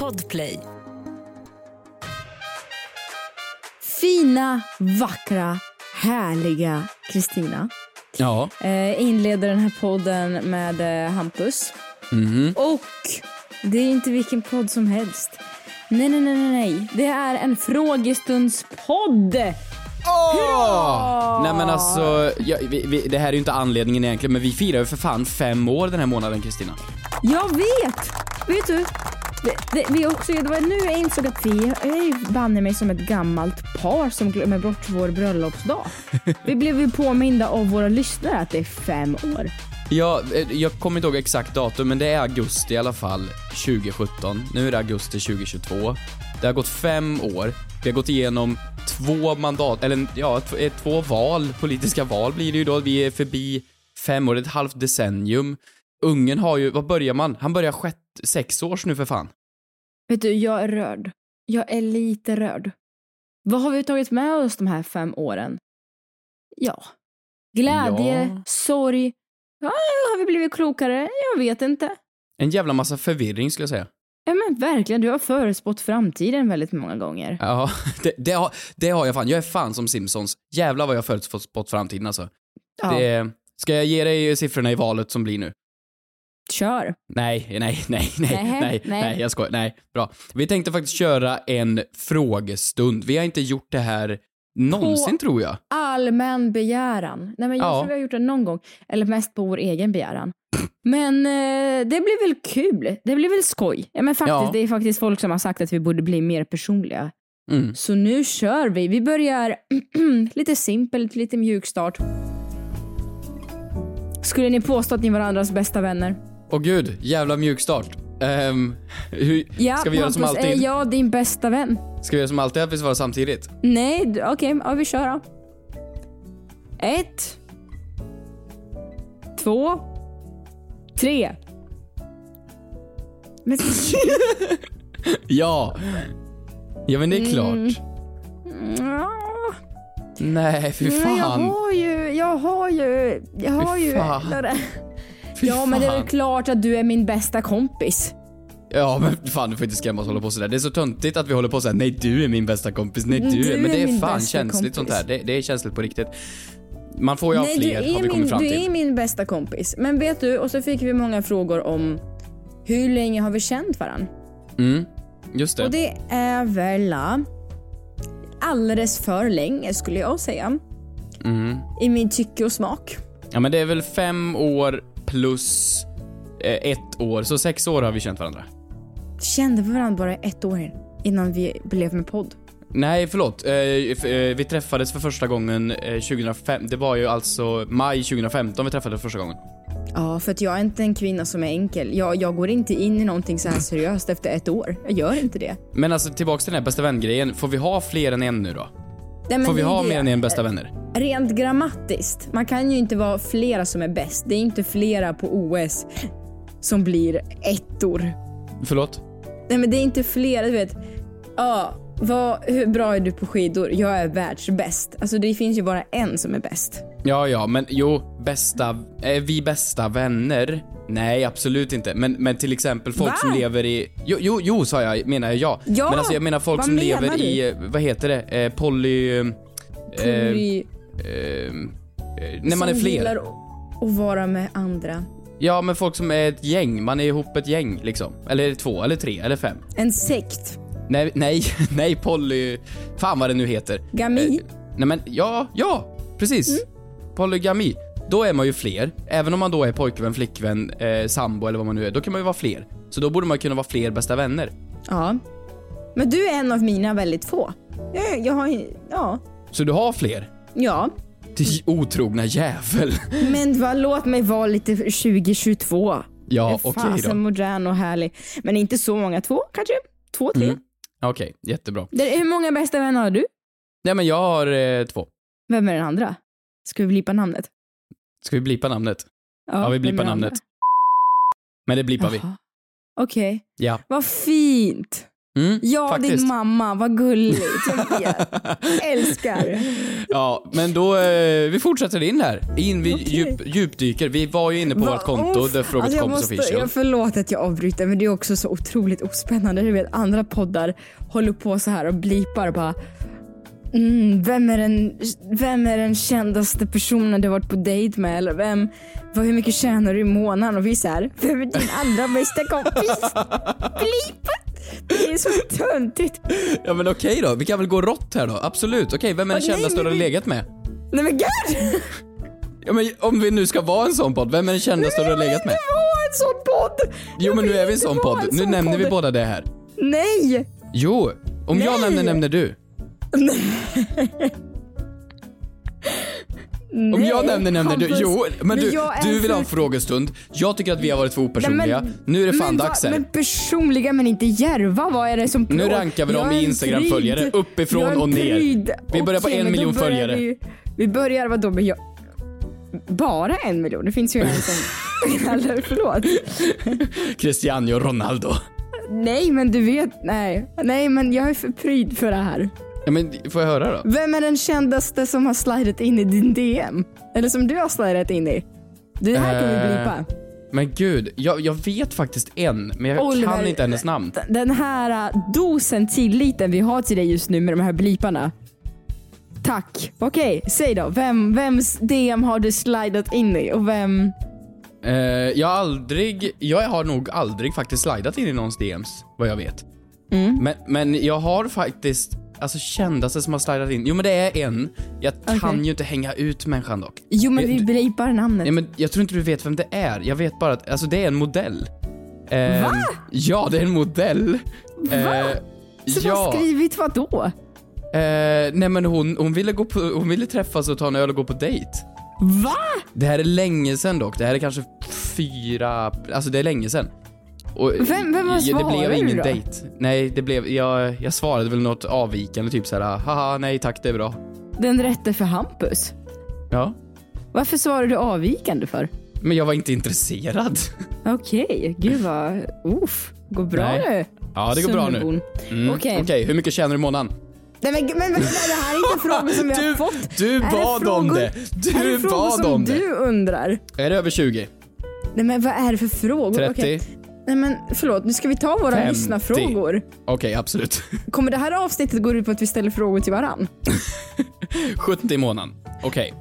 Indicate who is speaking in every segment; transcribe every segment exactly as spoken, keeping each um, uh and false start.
Speaker 1: Podplay.
Speaker 2: Fina, vackra, härliga Kristina.
Speaker 3: Ja.
Speaker 2: Eh, inleder den här podden med eh, Hampus.
Speaker 3: Mm.
Speaker 2: Och det är inte vilken podd som helst. Nej, nej, nej, nej. Det är en frågestundspodd.
Speaker 3: Åh! Nej men alltså, ja, vi, vi, det här är ju inte anledningen egentligen, men vi firar ju för fan fem år den här månaden, Kristina.
Speaker 2: Jag vet. Vet du? Det, det, vi också, det var nu jag insåg att vi är ju banne mig som ett gammalt par som glömmer bort vår bröllopsdag. Vi blev ju påminda av våra lyssnare att det är fem år.
Speaker 3: Ja, jag kommer inte ihåg exakt datum, men det är augusti i alla fall tjugo sjutton. Nu är det augusti tjugo tjugotvå. Det har gått fem år. Vi har gått igenom två mandat, eller ja, t- två val, politiska val blir det ju då. Vi är förbi fem år, ett halvt decennium. Ungen har ju, vad börjar man? Han börjar sjätte, sex års nu för fan.
Speaker 2: Vet du, jag är rörd. Jag är lite rörd. Vad har vi tagit med oss de här fem åren? Ja. Glädje,
Speaker 3: Ja.
Speaker 2: sorg. Ja, har vi blivit klokare? Jag vet inte.
Speaker 3: En jävla massa förvirring skulle jag säga.
Speaker 2: Ja men verkligen, du har förutspått framtiden väldigt många gånger.
Speaker 3: Ja, det, det, har, det har jag fan. Jag är fan som Simpsons. Jävlar vad jag har förutspått framtiden alltså.
Speaker 2: Ja.
Speaker 3: Det, ska jag ge dig siffrorna i valet som blir nu?
Speaker 2: Kör.
Speaker 3: Nej, nej, nej, nej,
Speaker 2: Nähä,
Speaker 3: nej, nej,
Speaker 2: nej.
Speaker 3: jag skojar. Nej, bra. Vi tänkte faktiskt köra en frågestund. Vi har inte gjort det här någonsin,
Speaker 2: På
Speaker 3: tror jag.
Speaker 2: Allmän begäran. Nej men jag
Speaker 3: Ja.
Speaker 2: tror vi har gjort det någon gång. Eller mest på vår egen begäran. Men eh, det blir väl kul. Det blir väl skoj. Ja men faktiskt,
Speaker 3: Ja.
Speaker 2: det är faktiskt folk som har sagt att vi borde bli mer personliga.
Speaker 3: Mm.
Speaker 2: Så nu kör vi. Vi börjar lite simpelt, lite mjukstart. Skulle ni påstå att ni var varandras bästa vänner?
Speaker 3: Åh gud, jävla mjukstart. Um, hur,
Speaker 2: Ja,
Speaker 3: ska vi göra som
Speaker 2: Hampus,
Speaker 3: alltid?
Speaker 2: är jag din bästa vän?
Speaker 3: Ska vi göra som alltid att vi svarar samtidigt?
Speaker 2: Nej, d- okej, ja, vi kör då. Ett. Två. Tre. Men,
Speaker 3: Ja. Ja, men det är klart.
Speaker 2: Mm. ja,
Speaker 3: Nej, fy
Speaker 2: men jag
Speaker 3: fan.
Speaker 2: har ju, jag har ju, jag har
Speaker 3: Fy
Speaker 2: ju.
Speaker 3: fan. Fy
Speaker 2: Ja, men det är väl
Speaker 3: fan.
Speaker 2: klart att du är min bästa kompis.
Speaker 3: Ja, men fan, du får inte skrämma oss hålla på sådär. Det är så töntigt att vi håller på såhär. Nej, du är min bästa kompis. Nej, du,
Speaker 2: Du
Speaker 3: är. Men det
Speaker 2: är
Speaker 3: är
Speaker 2: min
Speaker 3: fan
Speaker 2: bästa
Speaker 3: känsligt
Speaker 2: kompis.
Speaker 3: sånt här. Det, det är känsligt på riktigt. Man får ju ha
Speaker 2: Nej, du
Speaker 3: fler,
Speaker 2: är,
Speaker 3: har vi kommit
Speaker 2: min,
Speaker 3: fram
Speaker 2: du
Speaker 3: till.
Speaker 2: är min bästa kompis. Men vet du, och så fick vi många frågor om hur länge har vi känt varandra?
Speaker 3: Mm, just det.
Speaker 2: Och det är väl alldeles för länge skulle jag säga.
Speaker 3: Mm.
Speaker 2: I min tycke och smak.
Speaker 3: Ja, men det är väl fem år plus eh, ett år. Så sex år har vi känt varandra.
Speaker 2: Kände vi varandra bara ett år innan vi blev med podd.
Speaker 3: Nej, förlåt. Eh, f- eh, vi träffades för första gången eh, tjugohundrafem. Det var ju alltså maj tjugohundrafemton vi träffades första gången.
Speaker 2: Ja, för att jag är inte en kvinna som är enkel. Jag, jag går inte in i någonting så här seriöst efter ett år. Jag gör inte det.
Speaker 3: Men alltså, tillbaks till den här bästa vän-grejen. Får vi ha fler än en nu då?
Speaker 2: Nej, men
Speaker 3: Får vi
Speaker 2: det är
Speaker 3: ha
Speaker 2: det.
Speaker 3: mer än en bästa vänner?
Speaker 2: Rent grammatiskt. Man kan ju inte vara flera som är bäst. Det är inte flera på O S som blir ettor.
Speaker 3: Förlåt?
Speaker 2: Nej, men det är inte flera, du vet. Ja, vad, hur bra är du på skidor? Jag är världsbäst. Alltså det finns ju bara en som är bäst.
Speaker 3: Ja, ja, men jo, bästa... Är vi bästa vänner? Nej, absolut inte. Men, men till exempel folk
Speaker 2: Va?
Speaker 3: som lever i... Jo, jo, jo, sa jag, menar jag ja.
Speaker 2: Ja,
Speaker 3: Men alltså jag menar folk
Speaker 2: vad
Speaker 3: som
Speaker 2: menar
Speaker 3: lever
Speaker 2: du?
Speaker 3: i... eh, Vad heter det? Eh, poly... eh,
Speaker 2: Poly,
Speaker 3: eh, eh, när man är
Speaker 2: som
Speaker 3: fler.
Speaker 2: gillar att vara med andra.
Speaker 3: Ja, men folk som är ett gäng. Man är ihop ett gäng, liksom. Eller två, eller tre, eller fem.
Speaker 2: En sekt.
Speaker 3: Nej, nej, nej, poly... Fan vad det nu heter.
Speaker 2: Gami.
Speaker 3: Eh, nej men, ja, ja, precis.
Speaker 2: Mm.
Speaker 3: Polygami. Då är man ju fler. Även om man då är pojkvän, flickvän, eh, sambo eller vad man nu är. Då kan man ju vara fler. Så då borde man kunna vara fler bästa vänner.
Speaker 2: Ja. Men du är en av mina väldigt få. Jag, jag har ju- ja.
Speaker 3: Så du har fler?
Speaker 2: Ja.
Speaker 3: Till otrogna jävel.
Speaker 2: Men vad, låt mig vara lite tjugo tjugotvå.
Speaker 3: Ja,
Speaker 2: Jag är
Speaker 3: okej
Speaker 2: fasen
Speaker 3: då.
Speaker 2: modern och härlig. Men inte så många. Två kanske? Två, tre.
Speaker 3: Mm. Okej, jättebra.
Speaker 2: Det, hur många bästa vänner har du?
Speaker 3: Nej, men jag har eh, två.
Speaker 2: Vem är den andra? Ska vi blipa namnet?
Speaker 3: Ska vi blipa namnet? Ja, vi
Speaker 2: vem
Speaker 3: blipar
Speaker 2: är den
Speaker 3: namnet. Men det blipar vi.
Speaker 2: andra? Jaha. Okej.
Speaker 3: Ja.
Speaker 2: Vad fint.
Speaker 3: Mm,
Speaker 2: ja,
Speaker 3: faktiskt.
Speaker 2: din mamma, vad gulligt. Jag älskar.
Speaker 3: Ja, men då, eh, vi fortsätter in här. In, vi
Speaker 2: Okej.
Speaker 3: djup, djupdyker. Vi var ju inne på
Speaker 2: Va,
Speaker 3: vårt konto,
Speaker 2: uff.
Speaker 3: The Fråga
Speaker 2: Alltså,
Speaker 3: till
Speaker 2: jag
Speaker 3: kompis
Speaker 2: måste-
Speaker 3: official.
Speaker 2: Jag förlåt att jag avbryter, men det är också så otroligt ospännande. Du vet, andra poddar håller på så här och blipar bara. Mm, vem, är den, vem är den kändaste personen du har varit på dejt med? Eller vem, vad, hur mycket tjänar du i månaden? Och vi så här, vem är din allra bästa kompis? Blipat! Det är så töntigt.
Speaker 3: Ja, men okej då. Vi kan väl gå rått här då. Absolut. Okej, vem är den
Speaker 2: Åh, nej,
Speaker 3: kändaste du
Speaker 2: men
Speaker 3: har
Speaker 2: vi-
Speaker 3: legat med?
Speaker 2: Nej men gud!
Speaker 3: Ja, men om vi nu ska vara en sån podd, vem är den kändaste du har legat med?
Speaker 2: Det var en sån podd!
Speaker 3: Jo,
Speaker 2: Jag
Speaker 3: men nu
Speaker 2: vill
Speaker 3: är vi en
Speaker 2: inte
Speaker 3: sån
Speaker 2: vara
Speaker 3: podd.
Speaker 2: en
Speaker 3: Nu
Speaker 2: sån
Speaker 3: nämner vi
Speaker 2: podd.
Speaker 3: båda det här.
Speaker 2: Nej!
Speaker 3: Jo, om jag
Speaker 2: Nej.
Speaker 3: nämner, nämner du. Om
Speaker 2: Nej,
Speaker 3: jag nämner, nämner du.
Speaker 2: Hampus.
Speaker 3: Jo, men du,
Speaker 2: jag är
Speaker 3: du vill ha en
Speaker 2: för-
Speaker 3: frågestund. Jag tycker att vi har varit för opersonliga.
Speaker 2: Nej, men-
Speaker 3: Nu är det fan
Speaker 2: men va-
Speaker 3: dags här.
Speaker 2: Men personliga men inte djärva, vad är det som...
Speaker 3: Nu rankar vi dem
Speaker 2: Jag är
Speaker 3: i
Speaker 2: en
Speaker 3: Instagram-följare,
Speaker 2: pryd.
Speaker 3: uppifrån
Speaker 2: Jag är en
Speaker 3: och ner.
Speaker 2: pryd.
Speaker 3: Vi börjar på
Speaker 2: Okej,
Speaker 3: en
Speaker 2: men då
Speaker 3: miljon
Speaker 2: börjar
Speaker 3: följare.
Speaker 2: Vi, vi börjar, vadå, men jag... Bara en miljon? Det finns ju en som... Eller förlåt.
Speaker 3: Cristiano Ronaldo.
Speaker 2: Nej men du vet, nej. Nej men jag är för pryd för det här.
Speaker 3: Ja, men får jag höra då?
Speaker 2: Vem är den kändaste som har slidat in i din D M? Eller som du har slidat in i? Det här kommer vi
Speaker 3: Eh,
Speaker 2: blipa.
Speaker 3: Men gud, jag, jag vet faktiskt en, men jag
Speaker 2: Oliver,
Speaker 3: kan inte hennes namn.
Speaker 2: Den här uh, dosen tilliten vi har till dig just nu med de här bliparna. Tack. Okej, säg då. Vem, vems D M har du slidat in i? Och vem...
Speaker 3: Eh, jag har aldrig, jag har nog aldrig faktiskt slidat in i någons D Ms, vad jag vet.
Speaker 2: Mm.
Speaker 3: Men, men jag har faktiskt, alltså kändaste som har slidat in. Jo men det är en, jag kan
Speaker 2: Okej.
Speaker 3: ju inte hänga ut människan dock.
Speaker 2: Jo men vi
Speaker 3: Du-
Speaker 2: blipar namnet.
Speaker 3: Ja, men jag tror inte du vet vem det är. Jag vet bara att, alltså det är en modell. Eh,
Speaker 2: Va?
Speaker 3: Ja, det är en modell.
Speaker 2: Va?
Speaker 3: Eh,
Speaker 2: Så du
Speaker 3: ja.
Speaker 2: har skrivit vad då?
Speaker 3: Eh, nej men hon, hon, ville gå på, hon ville träffas och ta en öl och gå på dejt.
Speaker 2: Va?
Speaker 3: Det här är länge sedan dock. Det här är kanske fyra, alltså det är länge sedan. Och
Speaker 2: Vem- vem var
Speaker 3: ja, det
Speaker 2: svarade
Speaker 3: blev ingen
Speaker 2: du då?
Speaker 3: dejt. Nej, det blev, jag, jag svarade väl något avvikande, typ så här: haha, nej tack, det är bra.
Speaker 2: Den rätte för Hampus.
Speaker 3: Ja,
Speaker 2: Varför svarar du avvikande för?
Speaker 3: men jag var inte intresserad.
Speaker 2: Okej, gud vad... Uff, går bra
Speaker 3: Nej.
Speaker 2: nu.
Speaker 3: Ja, det går bra nu.
Speaker 2: Sunnebon.
Speaker 3: Mm.
Speaker 2: Okej.
Speaker 3: Okej, hur mycket tjänar du i månaden?
Speaker 2: Nej men, men, men det här är inte frågor som vi har
Speaker 3: Du,
Speaker 2: fått.
Speaker 3: du
Speaker 2: Är det
Speaker 3: bad om
Speaker 2: frågor-
Speaker 3: det.
Speaker 2: är
Speaker 3: Du
Speaker 2: det frågor
Speaker 3: bad
Speaker 2: som
Speaker 3: om det.
Speaker 2: du undrar?
Speaker 3: Är det över tjugo?
Speaker 2: Nej men vad är det för frågor?
Speaker 3: trettio?
Speaker 2: Okej. Nej men förlåt, nu ska vi ta våra
Speaker 3: femtio.
Speaker 2: lyssnarfrågor.
Speaker 3: Okej, absolut.
Speaker 2: Kommer det här avsnittet gå ut på att vi ställer frågor till varann?
Speaker 3: sjuttio i månaden. Okej.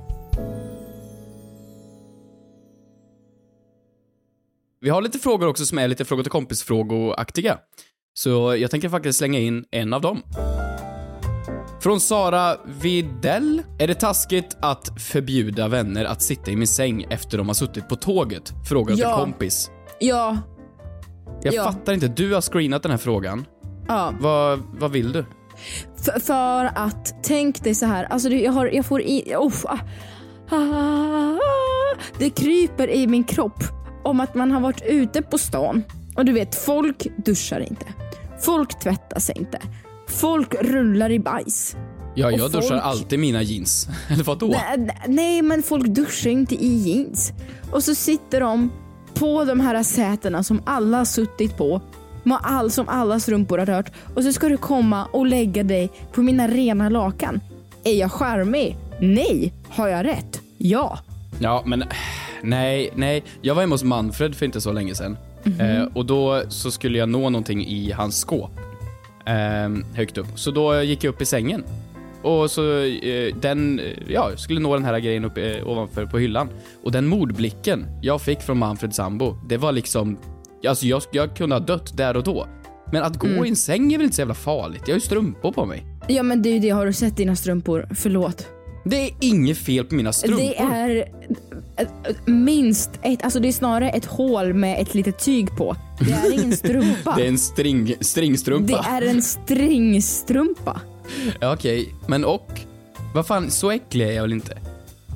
Speaker 3: Vi har lite frågor också som är lite frågor till kompis-frågor-aktiga. Så jag tänker faktiskt slänga in en av dem. Från Sara Videll. Är det taskigt att förbjuda vänner att sitta i min säng efter de har suttit på tåget? Fråga till
Speaker 2: Ja.
Speaker 3: kompis.
Speaker 2: Ja.
Speaker 3: Jag
Speaker 2: Ja.
Speaker 3: fattar inte. Du har screenat den här frågan.
Speaker 2: Ja.
Speaker 3: Vad, vad vill du?
Speaker 2: För, för att, tänk dig så här. Alltså det- jag, har, jag får i... Oh, ah, ah, det kryper i min kropp om att man har varit ute på stan. Och du vet, folk duschar inte. Folk tvättar sig inte. Folk rullar i bajs.
Speaker 3: Ja,
Speaker 2: Och
Speaker 3: jag duschar
Speaker 2: folk-
Speaker 3: alltid mina jeans. Eller vadå?
Speaker 2: Nej, nej, men folk duschar inte i jeans. Och så sitter de på de här sätena som alla har suttit på. Med all, som allas rumpor har rört. Och så ska du komma och lägga dig på mina rena lakan. Är jag charmig? Nej. Har jag rätt? Ja.
Speaker 3: Ja, men nej, nej. Jag var hemma hos Manfred för inte så länge sedan.
Speaker 2: Mm-hmm.
Speaker 3: Eh, och då så skulle jag nå någonting i hans skåp. Eh, högt upp. Så då gick jag upp i sängen. Och så eh, den, ja, skulle nå den här grejen upp eh, ovanför på hyllan. Och den mordblicken jag fick från Manfred sambo, det var liksom, alltså jag, jag kunde ha dött där och då. Men att gå
Speaker 2: Mm.
Speaker 3: i en säng är väl inte så jävla farligt? Jag har ju strumpor på mig.
Speaker 2: Ja, men det är ju det. Har du sett dina strumpor? Förlåt.
Speaker 3: Det är inget fel på mina strumpor.
Speaker 2: Det är eh, minst ett, alltså det är snarare ett hål med ett litet tyg på. Det är ingen strumpa.
Speaker 3: Det är en string, stringstrumpa.
Speaker 2: Det är en stringstrumpa.
Speaker 3: Ja, okej, men och? Vad fan, så äcklig är jag väl inte?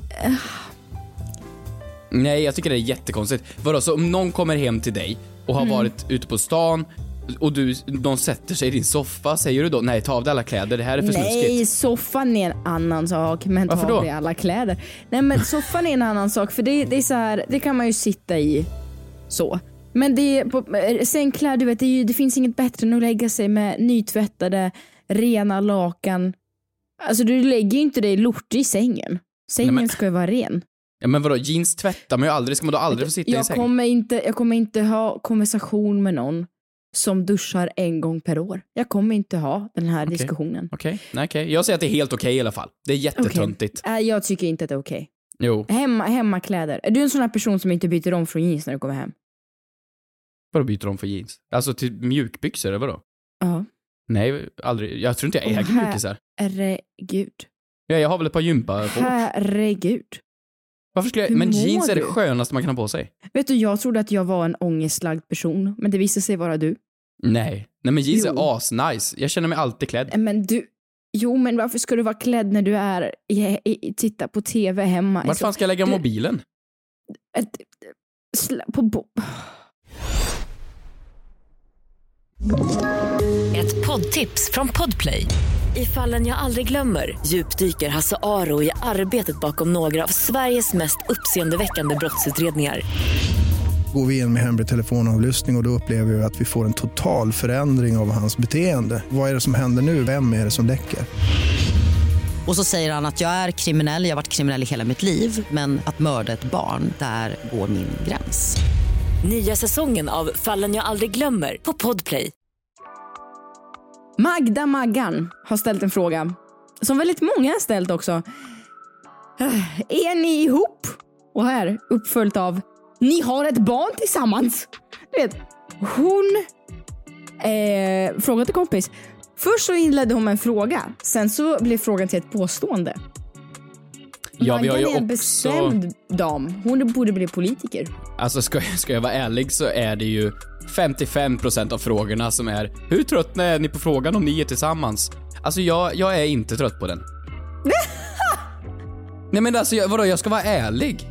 Speaker 3: Nej, jag tycker det är jättekonstigt. Vadå, så om någon kommer hem till dig och har varit ute på stan och du, någon sätter sig i din soffa, säger du då nej, ta av dig alla kläder, det här är för
Speaker 2: Nej,
Speaker 3: snuskigt?
Speaker 2: soffan är en annan sak, men ta
Speaker 3: Varför då?
Speaker 2: av dig alla kläder. Nej, men soffan är en annan sak, för det, det är så här, det kan man ju sitta i så. Men det är på, sängkläder, du vet, det, är ju, det finns inget bättre än att lägga sig med nytvättade, rena lakan. Alltså du lägger ju inte dig lortig i sängen. Sängen Nej, men... ska ju vara ren.
Speaker 3: Ja, men vadå, jeans tvättar man ju aldrig, ska man då aldrig få sitta
Speaker 2: jag
Speaker 3: i säng?
Speaker 2: Kommer inte, jag kommer inte ha konversation med någon som duschar en gång per år. Jag kommer inte ha den här okay. diskussionen.
Speaker 3: Okej, okay. Nej, okej. Okay. Jag säger att det är helt okej okay i alla fall. Det är jättetöntigt.
Speaker 2: Okay. Jag tycker inte att det är okej. Okay.
Speaker 3: Jo.
Speaker 2: Hemma, hemmakläder. Är du en sån här person som inte byter om från jeans när du kommer hem?
Speaker 3: Vadå byter om för jeans? Alltså till mjukbyxor eller vadå?
Speaker 2: Ja. Uh-huh.
Speaker 3: Nej, aldrig. Jag tror inte jag äger oh, mjukisar.
Speaker 2: Herregud.
Speaker 3: Ja, jag har väl ett par gympa på.
Speaker 2: Herregud.
Speaker 3: Varför skulle jag... Men jeans är det skönaste man kan ha på sig.
Speaker 2: Vet du, jag trodde att jag var en ångestlagd person, men det visade sig vara du.
Speaker 3: Nej. Nej, men jeans jo. är asnice. Jag känner mig alltid klädd.
Speaker 2: Men du... Jo, men varför ska du vara klädd när du är i, i, titta på tv hemma?
Speaker 3: Var fan ska jag lägga du, mobilen?
Speaker 2: Ett, sla, på bo...
Speaker 1: Ett poddtips från Podplay. I Fallen jag aldrig glömmer djupdyker Hasse Aro i arbetet bakom några av Sveriges mest uppseendeväckande brottsutredningar.
Speaker 4: Går vi in med hemlig telefonavlyssning och, och då upplever vi att vi får en total förändring av hans beteende. Vad är det som händer nu? Vem är det som läcker?
Speaker 5: Och så säger han att jag är kriminell, jag har varit kriminell i hela mitt liv, men att mörda ett barn, där går min gräns.
Speaker 1: Nya säsongen av Fallen jag aldrig glömmer på Podplay.
Speaker 2: Magda Maggan har ställt en fråga som väldigt många har ställt också. Är ni ihop? Och här uppföljt av ni har ett barn tillsammans. Du vet, hon eh, frågade till kompis. Först så inledde hon med en fråga. Sen så blev frågan till ett påstående.
Speaker 3: Ja, vi har ju
Speaker 2: är en
Speaker 3: också...
Speaker 2: bestämd dam. Hon borde bli politiker.
Speaker 3: Alltså ska, ska jag vara ärlig så är det ju femtiofem procent av frågorna som är hur tröttna är ni på frågan om ni är tillsammans? Alltså jag, jag är inte trött på den. Nej men alltså jag, vadå, jag ska vara ärlig.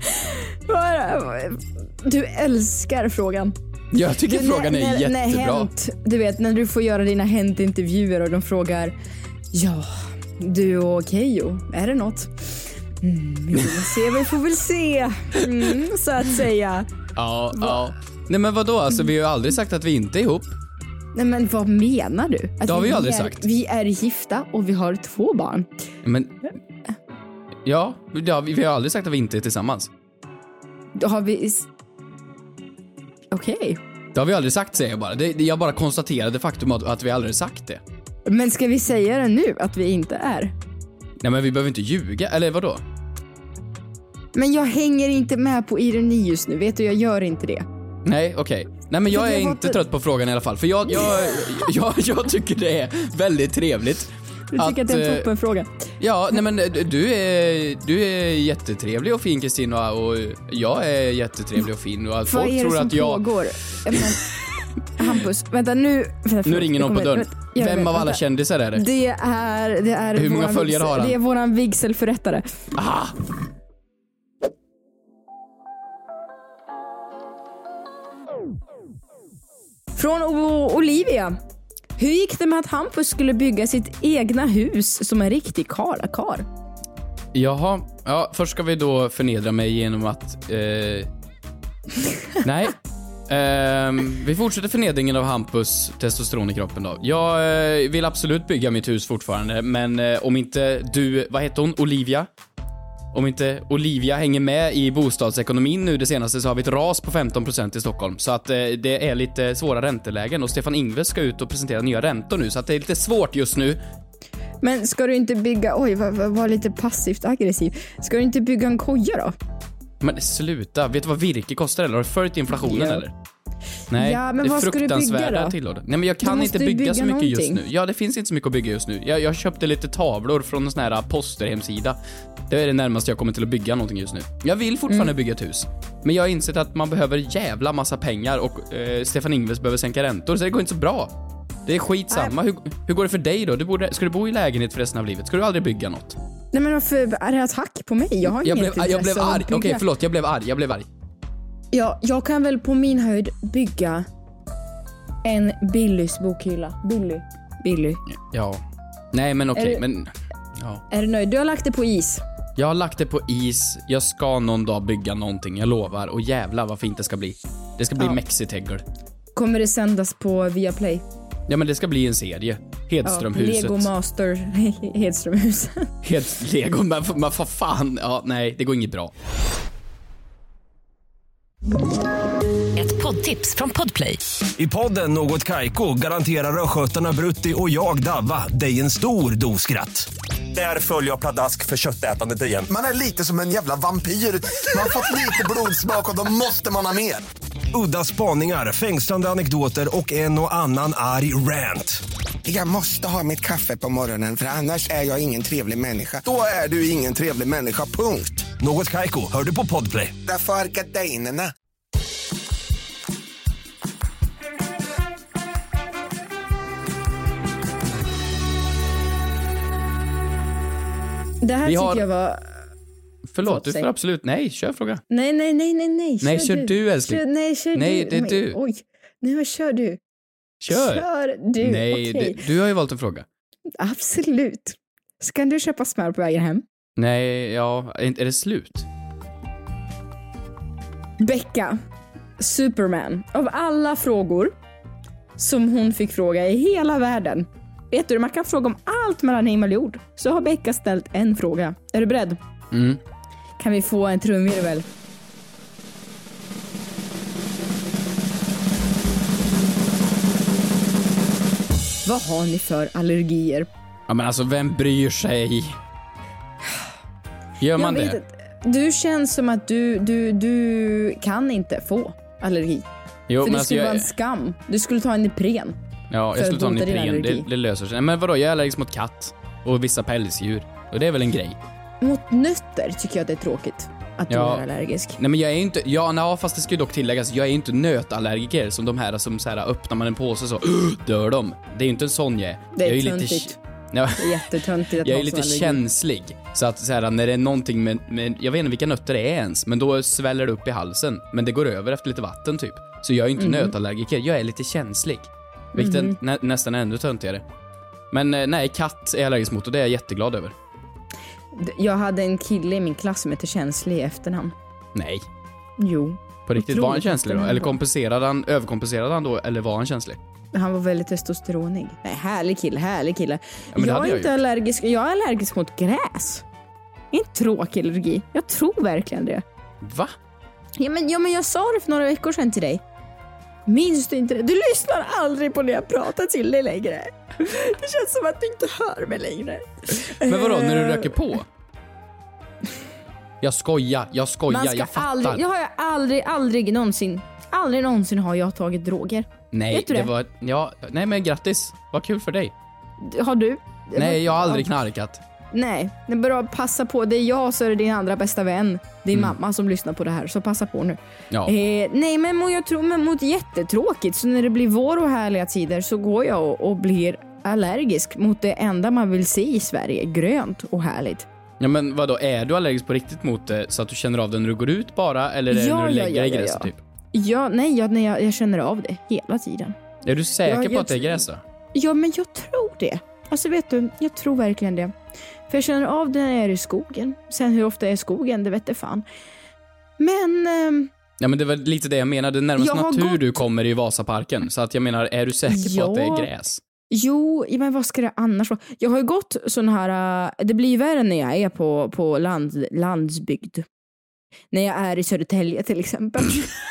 Speaker 2: Du älskar frågan.
Speaker 3: Jag tycker du, frågan är när, jättebra. När hänt,
Speaker 2: du vet, när du får göra dina Hänt-intervjuer och de frågar ja, du och Keyyo, är det något? Mm, vi får väl se, vi får väl se. Mm, så att säga.
Speaker 3: Ja, Va? ja. Nej men vadå, alltså vi har ju aldrig sagt att vi inte är ihop.
Speaker 2: Nej men vad menar du? Att
Speaker 3: det har vi ju aldrig
Speaker 2: är,
Speaker 3: sagt.
Speaker 2: Vi är gifta och vi har två barn.
Speaker 3: Men, ja, det har vi, vi har aldrig sagt att vi inte är tillsammans.
Speaker 2: Då har vi... Okej. Okay.
Speaker 3: Det har vi aldrig sagt, säger jag bara. Det, det, jag bara konstaterade faktum att, att vi aldrig sagt det.
Speaker 2: Men ska vi säga det nu, att vi inte är?
Speaker 3: Nej men vi behöver inte ljuga, eller vadå?
Speaker 2: Men jag hänger inte med på ironi just nu, vet du, jag gör inte det.
Speaker 3: Nej, okej. Okay. Nej men jag är inte för... trött på frågan i alla fall. För jag, jag, jag, jag tycker det är väldigt trevligt.
Speaker 2: Du tycker att, att det är en toppenfråga?
Speaker 3: Ja, nej men du är, du är jättetrevlig och fin, Kristina, och jag är jättetrevlig och fin. Och att folk
Speaker 2: Vad är det
Speaker 3: tror
Speaker 2: som
Speaker 3: att jag...
Speaker 2: pågår? Men, Hampus, vänta nu... Vänta,
Speaker 3: nu ringer någon på dörren.
Speaker 2: Vem
Speaker 3: vet, av alla vänta. kändisar är det?
Speaker 2: Det är... Det är
Speaker 3: Hur många följare har han?
Speaker 2: Det är våran vigselförrättare.
Speaker 3: Ah!
Speaker 2: Från o- Olivia. Hur gick det med att Hampus skulle bygga sitt egna hus som en riktig karlakar?
Speaker 3: Jaha, ja, först ska vi då förnedra mig genom att... Eh... Nej. Eh, vi fortsätter förnedringen av Hampus testosteron i kroppen då. Jag eh, vill absolut bygga mitt hus fortfarande, men eh, om inte du... Vad heter hon? Olivia? Om inte Olivia hänger med i bostadsekonomin nu det senaste, så har vi ett ras på femton procent i Stockholm. Så att eh, det är lite svåra räntelägen och Stefan Ingves ska ut och presentera nya räntor nu, så att det är lite svårt just nu.
Speaker 2: Men ska du inte bygga, oj vad var, var lite passivt aggressiv. Ska du inte bygga en koja då?
Speaker 3: Men sluta, vet du vad virke kostar eller? Har du följt inflationen ja. eller? Nej,
Speaker 2: ja, men
Speaker 3: det är
Speaker 2: vad
Speaker 3: fruktansvärda tillådet. Nej men jag kan inte bygga, bygga så mycket
Speaker 2: någonting.
Speaker 3: just nu. Ja, det finns inte så mycket att bygga just nu. Jag, jag köpte lite tavlor från en sån här posterhemsida. Det är det närmaste jag kommer till att bygga någonting just nu. Jag vill fortfarande mm. bygga ett hus. Men jag har insett att man behöver jävla massa pengar och eh, Stefan Ingves behöver sänka räntor, så det går inte så bra. Det är skitsamma. Hur, hur går det för dig då? Du borde, ska du bo i lägenhet för resten av livet? Ska du aldrig bygga något?
Speaker 2: Nej men varför är det attack på mig? Jag har
Speaker 3: jag
Speaker 2: inget
Speaker 3: blev, jag blev arg. Okej, okay, förlåt. Jag blev arg. Jag blev arg.
Speaker 2: Ja, jag kan väl på min höjd bygga en Billys bokhylla. Billy. Billy.
Speaker 3: Ja. Nej, men okej. Okay,
Speaker 2: är,
Speaker 3: men... Ja.
Speaker 2: Är du nöjd? Du har lagt det på is.
Speaker 3: Jag har lagt det på is. Jag ska någon dag bygga någonting, jag lovar. Och jävla vad fint det ska bli. Det ska bli
Speaker 2: Ja.
Speaker 3: Mexitegel.
Speaker 2: Kommer det sändas på Viaplay?
Speaker 3: Ja, men det ska bli en serie. Hedströmhuset.
Speaker 2: Ja, Lego Master Hedströmhuset.
Speaker 3: Helt Lego, men vad fan. Ja, nej, det går inget bra.
Speaker 1: Ett poddtips från Podplay.
Speaker 6: I podden Något Kaiko garanterar röskötarna Brutti och jag Davva dig en stor doskratt. Där följer jag pladask för köttätandet igen.
Speaker 7: Man är lite som en jävla vampyr. Man har fått lite blodsmak och då måste man ha mer.
Speaker 6: Udda spaningar, fängslande anekdoter och en och annan arg rant.
Speaker 7: Jag måste ha mitt kaffe på morgonen för annars är jag ingen trevlig människa. Då är du ingen trevlig människa, punkt.
Speaker 6: Något Kaiko, hör du på Podplay.
Speaker 7: Därför är gardinerna.
Speaker 2: Det här
Speaker 3: Vi
Speaker 2: tycker
Speaker 3: har-
Speaker 2: jag var...
Speaker 3: Förlåt, du
Speaker 2: säg.
Speaker 3: får absolut... Nej, kör fråga.
Speaker 2: Nej, nej, nej, nej, nej.
Speaker 3: Nej, kör du, älskling.
Speaker 2: Kör, nej, kör
Speaker 3: Nej,
Speaker 2: du.
Speaker 3: det är
Speaker 2: Men-
Speaker 3: du.
Speaker 2: Oj. Nej, men kör du.
Speaker 3: Kör.
Speaker 2: Kör du.
Speaker 3: Nej,
Speaker 2: Okej.
Speaker 3: det, du har ju valt en fråga.
Speaker 2: Absolut. Ska du köpa smör på vägen hem?
Speaker 3: Nej, ja, är, är det slut?
Speaker 2: Becka, Superman, av alla frågor som hon fick fråga i hela världen. Vet du, man kan fråga om allt mellan himmel och jord. Så har Becka ställt en fråga. Är du beredd?
Speaker 3: Mm.
Speaker 2: Kan vi få en trumvirvel? Vad har ni för allergier?
Speaker 3: Ja, men alltså, vem bryr sig? Gör man
Speaker 2: Jag vet
Speaker 3: det?
Speaker 2: inte. Du känns som att du, du, du kan inte få allergi.
Speaker 3: Jo,
Speaker 2: För
Speaker 3: men
Speaker 2: det
Speaker 3: alltså,
Speaker 2: skulle
Speaker 3: jag,
Speaker 2: vara en skam. Du skulle ta en Ipren.
Speaker 3: ja,
Speaker 2: för
Speaker 3: jag skulle
Speaker 2: att
Speaker 3: ta en
Speaker 2: bota din
Speaker 3: Ipren.
Speaker 2: allergi.
Speaker 3: Det, det löser sig. Nej, men vadå, jag är allergisk mot katt. Och vissa pälsdjur. Och det är väl en grej.
Speaker 2: Mot nötter tycker jag att det är tråkigt att du
Speaker 3: Ja.
Speaker 2: är allergisk.
Speaker 3: Nej, men jag är inte... Ja, nej, fast det ska ju dock tilläggas. Jag är inte nötallergiker som de här som så här öppnar man en påse så dör de. Det är ju inte en sån jag är.
Speaker 2: Det är
Speaker 3: jag är ju
Speaker 2: töntigt.
Speaker 3: lite... Ja,
Speaker 2: Det är jättetöntigt att
Speaker 3: jag
Speaker 2: ha
Speaker 3: är lite
Speaker 2: sån allergi.
Speaker 3: känslig. Så att så här, när det är någonting med, med... Jag vet inte vilka nötter det är ens. Men då sväller det upp i halsen. Men det går över efter lite vatten typ. Så jag är inte
Speaker 2: Mhm.
Speaker 3: nötallergiker. Jag är lite känslig. Vilket är nä, nästan ännu töntigare. Men eh, nej, katt är jag allergisk mot och det är jag jätteglad över.
Speaker 2: Jag hade en kille i min klass som hette Känslig i efternamn.
Speaker 3: Nej.
Speaker 2: Jo.
Speaker 3: På riktigt,
Speaker 2: Otroligt
Speaker 3: var han känslig då?
Speaker 2: efter
Speaker 3: Eller
Speaker 2: det.
Speaker 3: kompenserade han, överkompenserade han då? Eller var han känslig?
Speaker 2: Han var väldigt testosteronig. Nej, härlig kille, härlig kille.
Speaker 3: men det
Speaker 2: jag
Speaker 3: hade
Speaker 2: är
Speaker 3: jag
Speaker 2: inte
Speaker 3: gjort.
Speaker 2: allergisk. Jag är allergisk mot gräs. Det är en tråkig allergi. Jag tror verkligen det.
Speaker 3: Va?
Speaker 2: Ja men, ja, men jag sa det för några veckor sedan till dig. Minns du inte det? Du lyssnar aldrig på när jag pratar till dig längre. Det känns som att du inte hör mig längre.
Speaker 3: Men vadå, när du
Speaker 2: Eh,
Speaker 3: röker på? Jag skojar, jag
Speaker 2: Man
Speaker 3: skojar,
Speaker 2: ska
Speaker 3: jag fattar.
Speaker 2: aldrig, jag har jag aldrig, aldrig någonsin, aldrig någonsin har jag tagit droger.
Speaker 3: Nej,
Speaker 2: Vet du
Speaker 3: det
Speaker 2: det?
Speaker 3: var... Ja, nej men grattis. Vad kul för dig.
Speaker 2: Har du?
Speaker 3: Nej, jag har aldrig knarkat.
Speaker 2: Nej, det är bara att passa på. Det är jag så är det din andra bästa vän. Din
Speaker 3: Mm.
Speaker 2: mamma som lyssnar på det här, så passa på nu.
Speaker 3: Ja.
Speaker 2: Eh, nej, men må- jag tror men mot jättetråkigt. Så när det blir vår och härliga tider så går jag och, och blir allergisk mot det enda man vill se i Sverige. Grönt och härligt.
Speaker 3: Ja, men vadå, är du allergisk på riktigt mot det så att du känner av det när du går ut bara? Eller är det
Speaker 2: Ja,
Speaker 3: när du
Speaker 2: ja,
Speaker 3: lägger
Speaker 2: ja,
Speaker 3: i
Speaker 2: ja,
Speaker 3: gräset
Speaker 2: ja.
Speaker 3: typ?
Speaker 2: Ja, nej, jag, nej jag, jag känner av det hela tiden.
Speaker 3: Är du säker
Speaker 2: Ja,
Speaker 3: på
Speaker 2: jag
Speaker 3: att det är
Speaker 2: tror-
Speaker 3: gräs då?
Speaker 2: Ja, men jag tror det. Alltså vet du, jag tror verkligen det. För jag känner av det när jag är i skogen. Sen hur ofta jag är i skogen, det vet jag fan. Men... ehm,
Speaker 3: Ja, men det var lite det jag menade. Närmast
Speaker 2: Jag har
Speaker 3: natur
Speaker 2: gått-
Speaker 3: du kommer i Vasaparken. Så att jag menar, är du säker på att det är
Speaker 2: Ja.
Speaker 3: gräs?
Speaker 2: Jo, men vad ska det annars vara? Jag har ju gått sån här... äh, det blir ju värre när jag är på, på land, landsbygd. När jag är i Södertälje till exempel.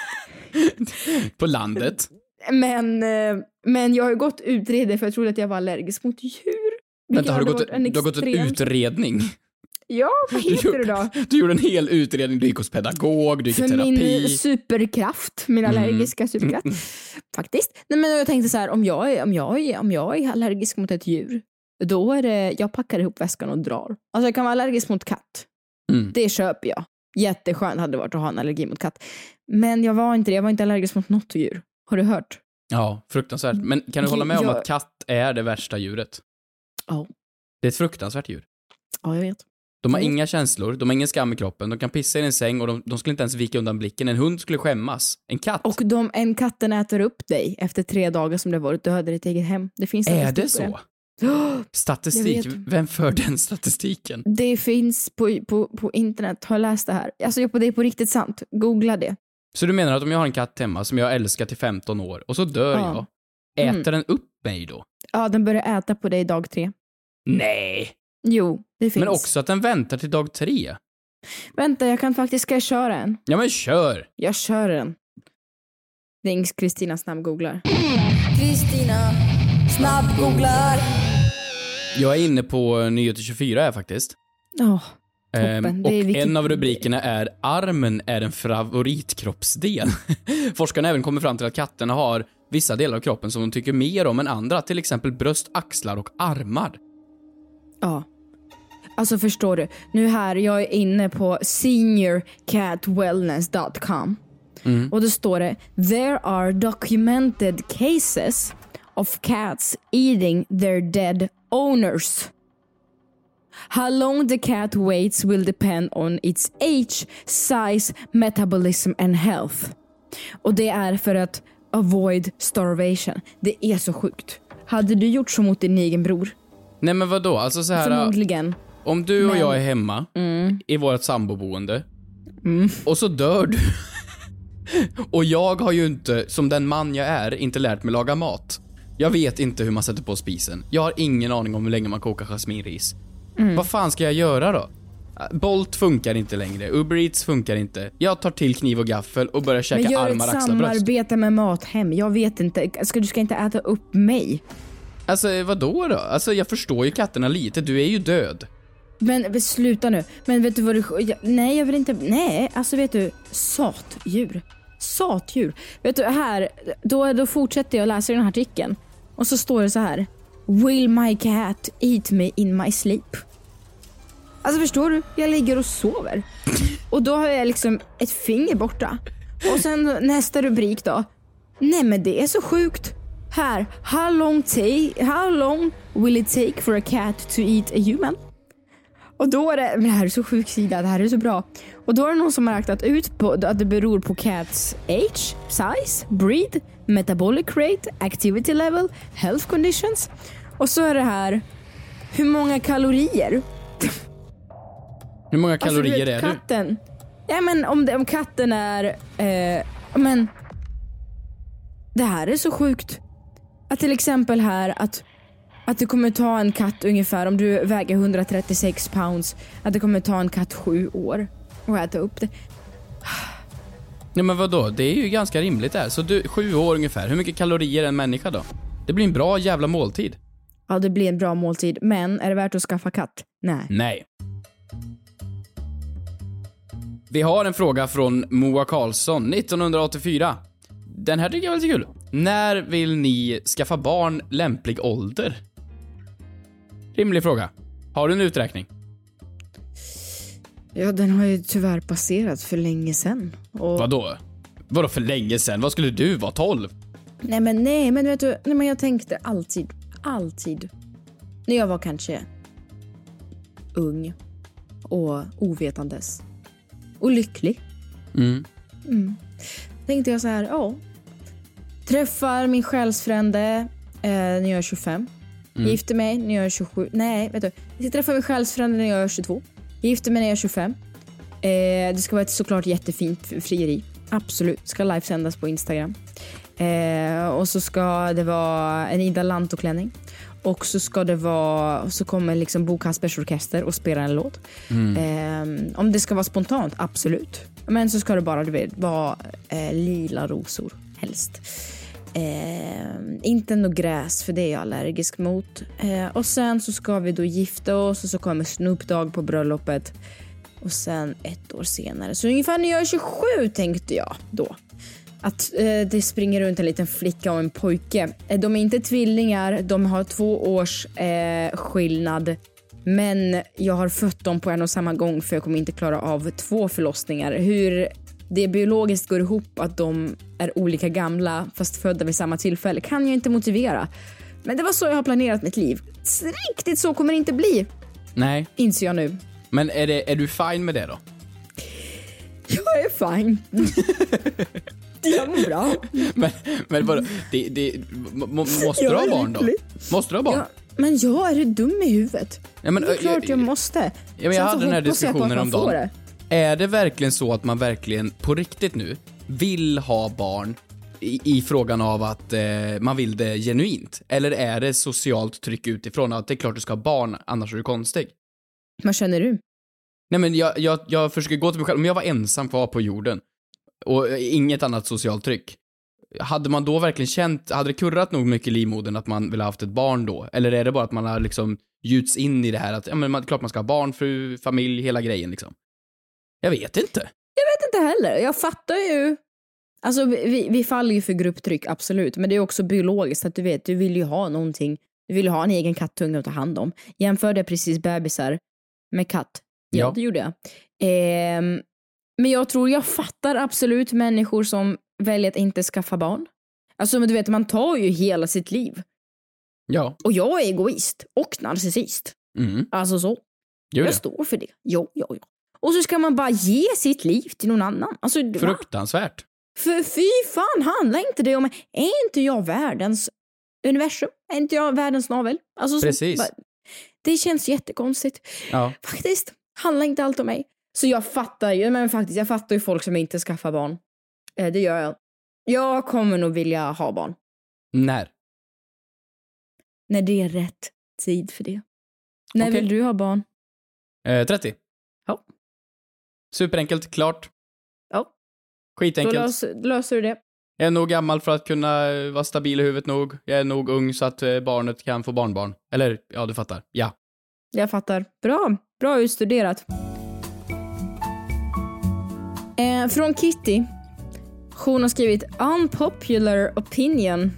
Speaker 3: På landet?
Speaker 2: men, äh, men jag har ju gått utredning för jag trodde att jag var allergisk mot djur.
Speaker 3: Vänta, har du
Speaker 2: hade
Speaker 3: gått,
Speaker 2: varit en
Speaker 3: du har gått en
Speaker 2: extremt-
Speaker 3: utredning?
Speaker 2: Ja, vad heter det då?
Speaker 3: Du gjorde en hel utredning, du gick hos pedagog, du gick i
Speaker 2: För
Speaker 3: terapi.
Speaker 2: min superkraft, min
Speaker 3: Mm.
Speaker 2: allergiska superkraft. Faktiskt. Nej, men jag tänkte så här, om jag, är, om, jag är, om jag är allergisk mot ett djur, då är det, jag packar ihop väskan och drar. Alltså jag kan vara allergisk mot katt.
Speaker 3: Mm.
Speaker 2: Det köper jag. Jätteskönt hade det varit att ha en allergi mot katt. Men jag var inte det, jag var inte allergisk mot något djur. Har du hört?
Speaker 3: Ja, fruktansvärt. Men kan du hålla med om
Speaker 2: Jag-
Speaker 3: att katt är det värsta djuret?
Speaker 2: Ja.
Speaker 3: Det är ett fruktansvärt djur.
Speaker 2: Ja, jag vet.
Speaker 3: De har
Speaker 2: Mm.
Speaker 3: inga känslor, de har ingen skam i kroppen, de kan pissa i en säng och de, de skulle inte ens vika undan blicken. En hund skulle skämmas. En katt?
Speaker 2: Och de, en katten äter upp dig efter tre dagar som det varit död i ditt eget hem. Det finns
Speaker 3: är det
Speaker 2: statistik på
Speaker 3: så?
Speaker 2: det.
Speaker 3: Statistik?
Speaker 2: Jag vet.
Speaker 3: Vem för den statistiken?
Speaker 2: Det finns på, på, på internet, har jag läst det här. Alltså det är på riktigt sant. Googla det.
Speaker 3: Så du menar att om jag har en katt hemma som jag älskar till femton år och så dör
Speaker 2: Ja.
Speaker 3: jag, äter
Speaker 2: Mm.
Speaker 3: den upp mig då?
Speaker 2: Ja, den börjar äta på dig dag tre.
Speaker 3: Nej!
Speaker 2: Jo, det finns.
Speaker 3: Men också att den väntar till dag tre.
Speaker 2: Vänta, jag kan faktiskt, ska jag köra en?
Speaker 3: Ja men kör!
Speaker 2: Jag kör den. Rings Kristina snabbgooglar.
Speaker 8: Kristina snabbgooglar.
Speaker 3: Jag är inne på Nyheter tjugofyra här faktiskt.
Speaker 2: Ja,
Speaker 3: Ehm,
Speaker 2: toppen.
Speaker 3: och
Speaker 2: Det är vilket-
Speaker 3: en av rubrikerna är armen är en favoritkroppsdel. Forskarna har även kommit fram till att katterna har vissa delar av kroppen som de tycker mer om än andra, till exempel bröst, axlar och armar.
Speaker 2: Ja. Alltså förstår du, nu här, jag är inne på senior cat wellness dot com.
Speaker 3: Mm.
Speaker 2: Och då står det: There are documented cases of cats eating their dead owners. How long the cat waits will depend on its age, size, metabolism and health. Och det är för att avoid starvation. Det är så sjukt. Hade du gjort så mot din egen bror?
Speaker 3: Nej men vadå, alltså så här.
Speaker 2: Förmodligen.
Speaker 3: Om du och
Speaker 2: Men-
Speaker 3: jag är hemma
Speaker 2: Mm.
Speaker 3: i vårt samboboende
Speaker 2: Mm.
Speaker 3: och så dör du. Och jag har ju inte, som den man jag är, inte lärt mig laga mat. Jag vet inte hur man sätter på spisen. Jag har ingen aning om hur länge man kokar jasminris.
Speaker 2: Mm.
Speaker 3: Vad fan ska jag göra då? Bolt funkar inte längre, Uber Eats funkar inte. Jag tar till kniv och gaffel och börjar käka
Speaker 2: Men gör
Speaker 3: armar,
Speaker 2: ett
Speaker 3: axlar, bröst.
Speaker 2: samarbete med Mathem. Jag vet inte. Ska, du ska inte äta upp mig.
Speaker 3: Alltså vadå då? Alltså jag förstår ju katterna lite, du är ju död.
Speaker 2: Men sluta nu. Men vet du vad du... Jag, nej, jag vill inte... Nej, alltså vet du... Satdjur. Satdjur. Vet du, här... Då, då fortsätter jag läsa den här artikeln. Och så står det så här: Will my cat eat me in my sleep? Alltså förstår du? Jag ligger och sover. Och då har jag liksom ett finger borta. Och sen nästa rubrik då. Nej men det är så sjukt. Här. How long, ta- how long will it take for a cat to eat a human? Och då är det, men det här är så sjuk sida, det här är så bra. Och då är det någon som har räknat ut på att det beror på cats age, size, breed, metabolic rate, activity level, health conditions. Och så är det här, hur många kalorier?
Speaker 3: Hur många
Speaker 2: Alltså,
Speaker 3: kalorier
Speaker 2: du vet,
Speaker 3: är du?
Speaker 2: katten, ja men om, det, om katten är, eh, men det här är så sjukt. Att till exempel här att Att det kommer ta en katt ungefär, om du väger hundratrettiosex pounds, att det kommer ta en katt sju år att äta upp det.
Speaker 3: Ja men vadå, det är ju ganska rimligt där. Så du, sju år ungefär, hur mycket kalorier är en människa då? Det blir en bra jävla måltid.
Speaker 2: Ja, det blir en bra måltid, men är det värt att skaffa katt? Nej.
Speaker 3: Nej. Vi har en fråga från Moa Karlsson, nittonhundraåttiofyra. Den här tycker jag är lite kul. När vill ni skaffa barn lämplig ålder? Rimlig fråga. Har du en uträkning?
Speaker 2: Ja, den har ju tyvärr passerat för länge sedan. Och...
Speaker 3: Vadå? Vadå för länge sedan? Vad skulle du vara, tolv?
Speaker 2: Nej men nej, men vet du, nej men jag tänkte alltid, alltid. När jag var kanske ung och ovetandes och lycklig.
Speaker 3: Mm.
Speaker 2: Mm. Tänkte jag så här, ja. Träffar min själsfrände eh, när jag är tjugofem.
Speaker 3: Mm.
Speaker 2: Gifter mig när jag är tjugosju. Nej, vet du. Jag ska träffa min själsfrände när jag är tjugotvå. Gifter mig när jag är tjugofem. Eh, det ska vara ett såklart jättefint frieri. Absolut. Ska livesändas på Instagram. Eh, och så ska det vara en Ida Lanto-klänning. Och så ska det vara, och så kommer liksom Bo Kaspers orkester och spela en låt.
Speaker 3: Mm.
Speaker 2: Eh, om det ska vara spontant, absolut. Men så ska det bara, du vet, vara eh, lila rosor helst. Eh, inte något gräs, för det är jag allergisk mot. Eh, och sen så ska vi då gifta oss och så kommer Snoop Dogg på bröllopet. Och sen ett år senare, så ungefär när jag är tjugosju tänkte jag då. Att eh, det springer runt en liten flicka och en pojke. Eh, de är inte tvillingar, de har två års eh, skillnad. Men jag har fött dem på en och samma gång, för jag kommer inte klara av två förlossningar. Hur det biologiskt går ihop att de är olika gamla fast födda vid samma tillfälle kan jag inte motivera. Men det var så jag har planerat mitt liv. Riktigt så kommer det inte bli.
Speaker 3: Nej.
Speaker 2: Inser jag nu.
Speaker 3: Men är, det, är du fine med det då?
Speaker 2: Jag är fine. Jag mår bra.
Speaker 3: Men, men vadå? Det, det, må, måste du ha barn då? Måste du ha barn?
Speaker 2: Ja, men jag är du dum i huvudet.
Speaker 3: Ja, men,
Speaker 2: det är klart jag måste.
Speaker 3: Ja, men jag
Speaker 2: Sen
Speaker 3: hade
Speaker 2: så
Speaker 3: den här
Speaker 2: hoppas jag på att
Speaker 3: diskussionen
Speaker 2: man
Speaker 3: om
Speaker 2: får
Speaker 3: dagen.
Speaker 2: det.
Speaker 3: Är det verkligen så att man verkligen på riktigt nu vill ha barn i, i frågan av att eh, man vill det genuint? Eller är det socialt tryck utifrån att det är klart du ska ha barn, annars är du konstig?
Speaker 2: Vad känner du?
Speaker 3: Nej, men jag, jag, jag försöker gå till mig själv. Om jag var ensam kvar på jorden och inget annat socialt tryck, hade man då verkligen känt, hade det kurrat nog mycket i livmodern att man vill ha haft ett barn då? Eller är det bara att man har liksom gjuts in i det här att ja, men man, klart man ska ha barn, fru, familj, hela grejen liksom? Jag vet inte.
Speaker 2: Jag vet inte heller. Jag fattar ju. Alltså vi, vi faller ju för grupptryck, absolut. Men det är också biologiskt att du vet, du vill ju ha någonting. Du vill ju ha en egen kattunge att ta hand om. Jämförde precis bebisar med katt. Ja, ja. Det gjorde jag. Eh, men jag tror jag fattar absolut människor som väljer att inte skaffa barn. Alltså men du vet, man tar ju hela sitt liv.
Speaker 3: Ja.
Speaker 2: Och jag är egoist och narcissist.
Speaker 3: Mm.
Speaker 2: Alltså så.
Speaker 3: Gör
Speaker 2: jag
Speaker 3: det.
Speaker 2: står för det. Jo, jo, jo. Och så ska man bara ge sitt liv till någon annan. Alltså,
Speaker 3: fruktansvärt.
Speaker 2: För fy fan, handlar inte det om... Är inte jag världens universum? Är inte jag världens navel? Alltså,
Speaker 3: precis.
Speaker 2: Så, det känns jättekonstigt.
Speaker 3: Ja.
Speaker 2: Faktiskt, handlar inte allt om mig. Så jag fattar ju, men faktiskt, jag fattar ju folk som inte skaffar barn. Eh, det gör jag. Jag kommer nog vilja ha barn.
Speaker 3: När?
Speaker 2: När det är rätt tid för det. När
Speaker 3: okay.
Speaker 2: vill du ha barn?
Speaker 3: Eh, trettio.
Speaker 2: Ja.
Speaker 3: Superenkelt, klart.
Speaker 2: Ja.
Speaker 3: Skitenkelt.
Speaker 2: Då löser, löser du det.
Speaker 3: Jag är nog gammal för att kunna vara stabil i huvudet nog. Jag är nog ung så att barnet kan få barnbarn. Eller, ja, du fattar. Ja.
Speaker 2: Jag fattar. Bra. Bra utstuderat. Eh, från Kitty. Hon har skrivit unpopular opinion.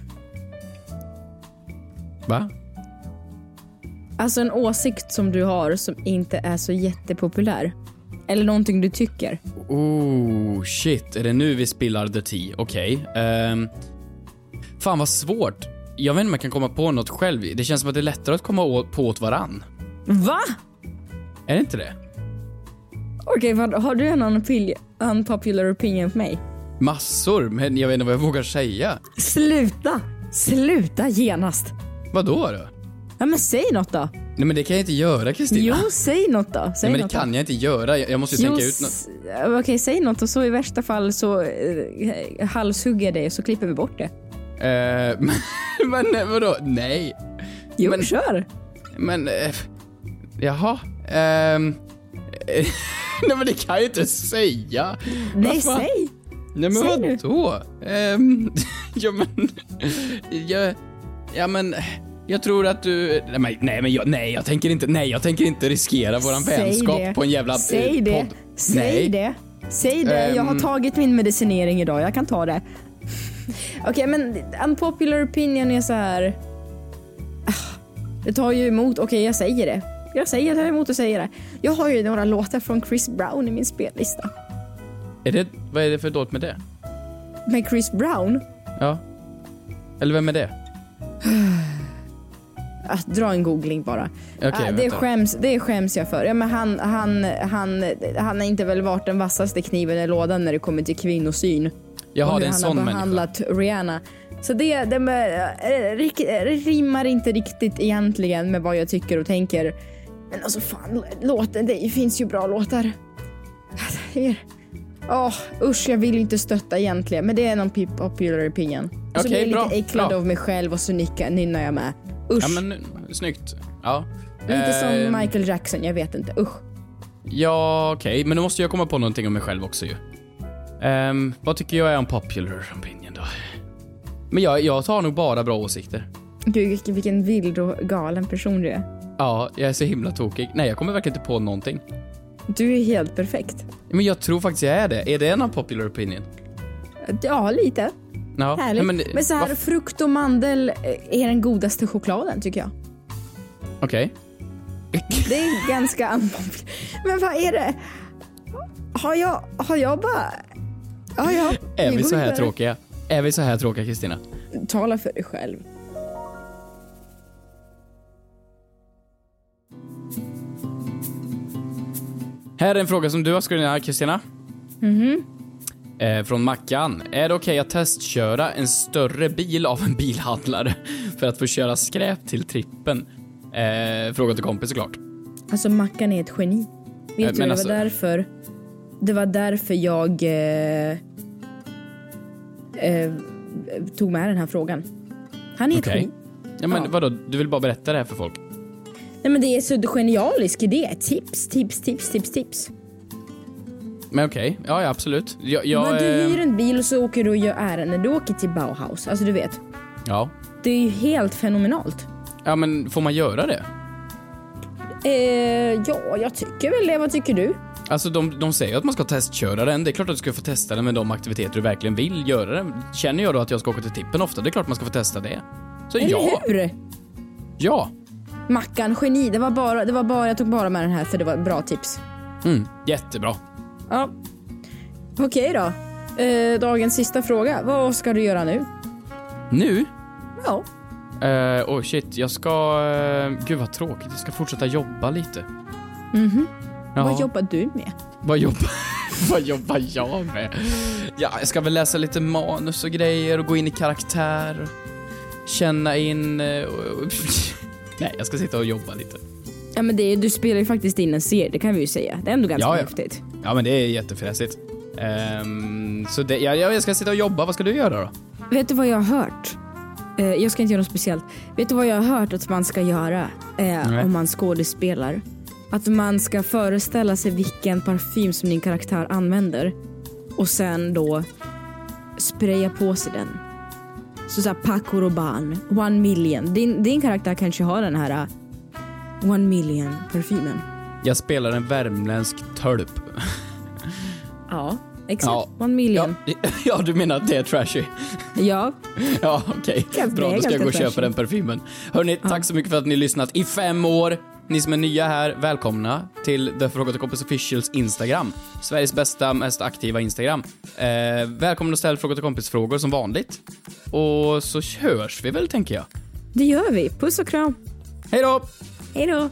Speaker 3: Va?
Speaker 2: Alltså en åsikt som du har som inte är så jättepopulär. Eller någonting du tycker.
Speaker 3: Oh, shit. Är det nu vi spillar the tea? Okej. Okay. Um, fan vad svårt. Jag vet inte om jag kan komma på något själv. Det känns som att det är lättare att komma åt, på åt varann.
Speaker 2: Va?
Speaker 3: Är det inte det?
Speaker 2: Okej, okay, har du en unpopular opinion för mig?
Speaker 3: Massor, men jag vet inte vad jag vågar säga.
Speaker 2: Sluta! Sluta genast.
Speaker 3: Vadå då?
Speaker 2: Ja, men säg något då.
Speaker 3: Nej, men det kan jag inte göra, Kristina.
Speaker 2: Jo, säg något då. Säg
Speaker 3: Nej, men det
Speaker 2: något
Speaker 3: kan
Speaker 2: då.
Speaker 3: jag inte göra. Jag, jag måste ju
Speaker 2: jo,
Speaker 3: tänka ut något.
Speaker 2: Okej, okay, säg något och så i värsta fall så eh, halshugger jag det och så klipper vi bort det.
Speaker 3: Eh, men, men vadå? Nej.
Speaker 2: Jo,
Speaker 3: men,
Speaker 2: kör.
Speaker 3: Men, eh, jaha. Ehm... Eh, nej, men det kan jag inte säga.
Speaker 2: Nej, säg.
Speaker 3: Nej, men
Speaker 2: säg
Speaker 3: vadå? Ehm, ja, men... Jag, ja, men... Jag tror att du... Nej, nej, men jag, nej, jag tänker inte... Nej, jag tänker inte riskera våran
Speaker 2: Säg
Speaker 3: vänskap
Speaker 2: det.
Speaker 3: på en jävla
Speaker 2: Säg
Speaker 3: podd.
Speaker 2: det. Säg
Speaker 3: nej.
Speaker 2: det. Säg det. Um, jag har tagit min medicinering idag. Jag kan ta det. Okej, okay, men unpopular opinion är så här... Det tar ju emot. Okej, okay, jag säger det. Jag säger det emot och säger det. Jag har ju några låtar från Chris Brown i min spellista.
Speaker 3: Är det... Vad är det för dåligt med det?
Speaker 2: Med Chris Brown?
Speaker 3: Ja. Eller vem är det?
Speaker 2: Att dra en googling bara.
Speaker 3: Okay,
Speaker 2: uh, det, skäms, det skäms jag för. Ja, men han, han, han, han har inte väl varit den vassaste kniven i lådan när det kommer till kvinnosyn.
Speaker 3: Jaha, det är en sån människa. Han har
Speaker 2: behandlat Rihanna. Så det, det med, äh, rimmar inte riktigt egentligen med vad jag tycker och tänker. Men alltså fan, låten, det finns ju bra låtar. Åh, oh, usch, jag vill inte stötta egentligen. Men det är någon popular opinion. Och så
Speaker 3: okay,
Speaker 2: blir jag
Speaker 3: bra,
Speaker 2: lite äcklad
Speaker 3: bra.
Speaker 2: av mig själv och så nickar, nynnar jag med. Usch.
Speaker 3: Ja, men snyggt. Ja.
Speaker 2: Lite eh, som Michael Jackson, jag vet inte. Usch.
Speaker 3: Ja, okej. Okay. Men då måste jag komma på någonting om mig själv också ju. Um, vad tycker jag är en popular opinion då? Men jag, jag tar nog bara bra åsikter.
Speaker 2: Gud, vilken, vilken vild och galen person du är.
Speaker 3: Ja, jag är så himla tokig. Nej, jag kommer verkligen inte på någonting.
Speaker 2: Du är helt perfekt.
Speaker 3: Men jag tror faktiskt jag är det. Är det en popular opinion?
Speaker 2: Ja, lite.
Speaker 3: Ja.
Speaker 2: Härligt.
Speaker 3: Men,
Speaker 2: men så här, va? Frukt och mandel är den godaste chokladen, tycker jag.
Speaker 3: Okej.
Speaker 2: Okay. Det är ganska unpopular. Men vad är det? Har jag, har jag bara... Ja, ja.
Speaker 3: Är vi så här vidare. tråkiga? Är vi så här tråkiga, Kristina?
Speaker 2: Tala för dig själv.
Speaker 3: Här är en fråga som du har skrivit här, Kristina.
Speaker 2: Mhm.
Speaker 3: Eh, från Mackan. Är det okej okay att testköra en större bil av en bilhandlare för att få köra skräp till trippen? Eh, fråga till kompis såklart.
Speaker 2: Alltså Mackan är ett geni. Vet eh, du, det alltså... var därför det var därför jag eh, eh, tog med den här frågan. Han är
Speaker 3: Okej.
Speaker 2: ett geni.
Speaker 3: Ja, men
Speaker 2: Ja.
Speaker 3: vadå? Du vill bara berätta det här för folk?
Speaker 2: Nej, men det är så genialisk idé. Tips, tips, tips, tips, tips.
Speaker 3: Men okej, ja, ja absolut. Jag, jag,
Speaker 2: Men du
Speaker 3: eh,
Speaker 2: hyr en bil och så åker du och gör ärenden. Du åker till Bauhaus. Alltså du vet.
Speaker 3: Ja.
Speaker 2: Det är ju helt fenomenalt.
Speaker 3: Ja, men får man göra det?
Speaker 2: Eh, ja, jag tycker väl det. Vad tycker du?
Speaker 3: Alltså de, de säger att man ska testköra den. Det är klart att du ska få testa den med de aktiviteter du verkligen vill göra den. Känner jag då att jag ska åka till tippen ofta, det är klart man ska få testa det. Så
Speaker 2: Eller
Speaker 3: ja.
Speaker 2: hur?
Speaker 3: Ja.
Speaker 2: Mackan, geni. Det var bara, det var bara, jag tog bara med den här för det var bra tips.
Speaker 3: Mm, jättebra.
Speaker 2: Ja. Okej då. Eh, dagens sista fråga. Vad ska du göra nu?
Speaker 3: Nu?
Speaker 2: Ja.
Speaker 3: Uh, oh shit, jag ska... Uh, gud vad tråkigt, jag ska fortsätta jobba lite.
Speaker 2: Mhm.
Speaker 3: Ja.
Speaker 2: Vad jobbar du med?
Speaker 3: Vad jobbar, vad jobbar jag med? Ja, jag ska väl läsa lite manus och grejer och gå in i karaktär. Känna in... Uh, nej, jag ska sitta och jobba lite.
Speaker 2: Ja, men det, du spelar ju faktiskt in en serie, det kan vi ju säga. Det är ändå ganska
Speaker 3: Ja, ja.
Speaker 2: häftigt.
Speaker 3: Ja, men det är jättefräsigt. Um, så det, ja, jag ska sitta och jobba. Vad ska du göra då?
Speaker 2: Vet du vad jag har hört? Eh, jag ska inte göra något speciellt. Vet du vad jag har hört att man ska göra eh, om man skådespelar? Att man ska föreställa sig vilken parfym som din karaktär använder och sen då spraya på sig den. Så såhär Paco Rabanne, one million. Din, din karaktär kanske har den här uh, one million parfymen.
Speaker 3: Jag spelar en värmländsk tölp.
Speaker 2: Ja, exakt.
Speaker 3: Ja.
Speaker 2: One million.
Speaker 3: Ja, ja, du menar att det är trashy?
Speaker 2: Ja.
Speaker 3: Ja, okej.
Speaker 2: Ganska-
Speaker 3: Bra, då ska jag gå och
Speaker 2: ganska
Speaker 3: köpa den parfymen. Hörrni, tack så mycket för att ni har lyssnat i fem år. Ni som är nya här, välkomna till The Fråga till Kompis Officials Instagram. Sveriges bästa, mest aktiva Instagram. Eh, välkomna att ställa Fråga till Kompis-frågor som vanligt. Och så hörs vi väl, tänker jag.
Speaker 2: Det gör vi. Puss och kram.
Speaker 3: Hej då!
Speaker 2: Hej då.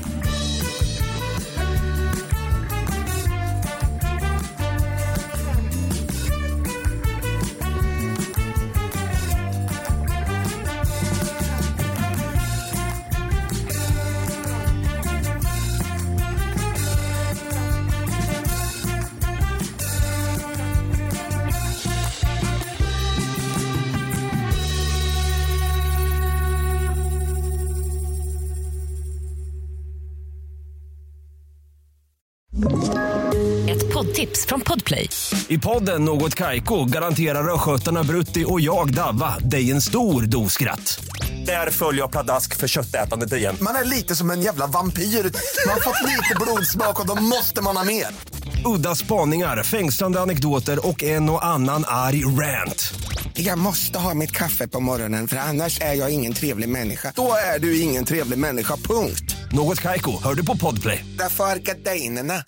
Speaker 1: Ett poddtips från Podplay.
Speaker 6: I podden Något Kaiko garanterar röskötarna Brutti och jag Davva dig en stor dos skratt. Där följer jag pladask för köttätandet igen.
Speaker 7: Man är lite som en jävla vampyr. Man har fått lite blodsmak och då måste man ha mer.
Speaker 6: Udda spaningar, fängslande anekdoter och en och annan arg rant.
Speaker 7: Jag måste ha mitt kaffe på morgonen för annars är jag ingen trevlig människa. Då är du ingen trevlig människa, punkt.
Speaker 6: Något Kaiko, hör du på Podplay.
Speaker 7: Därför är gardinerna.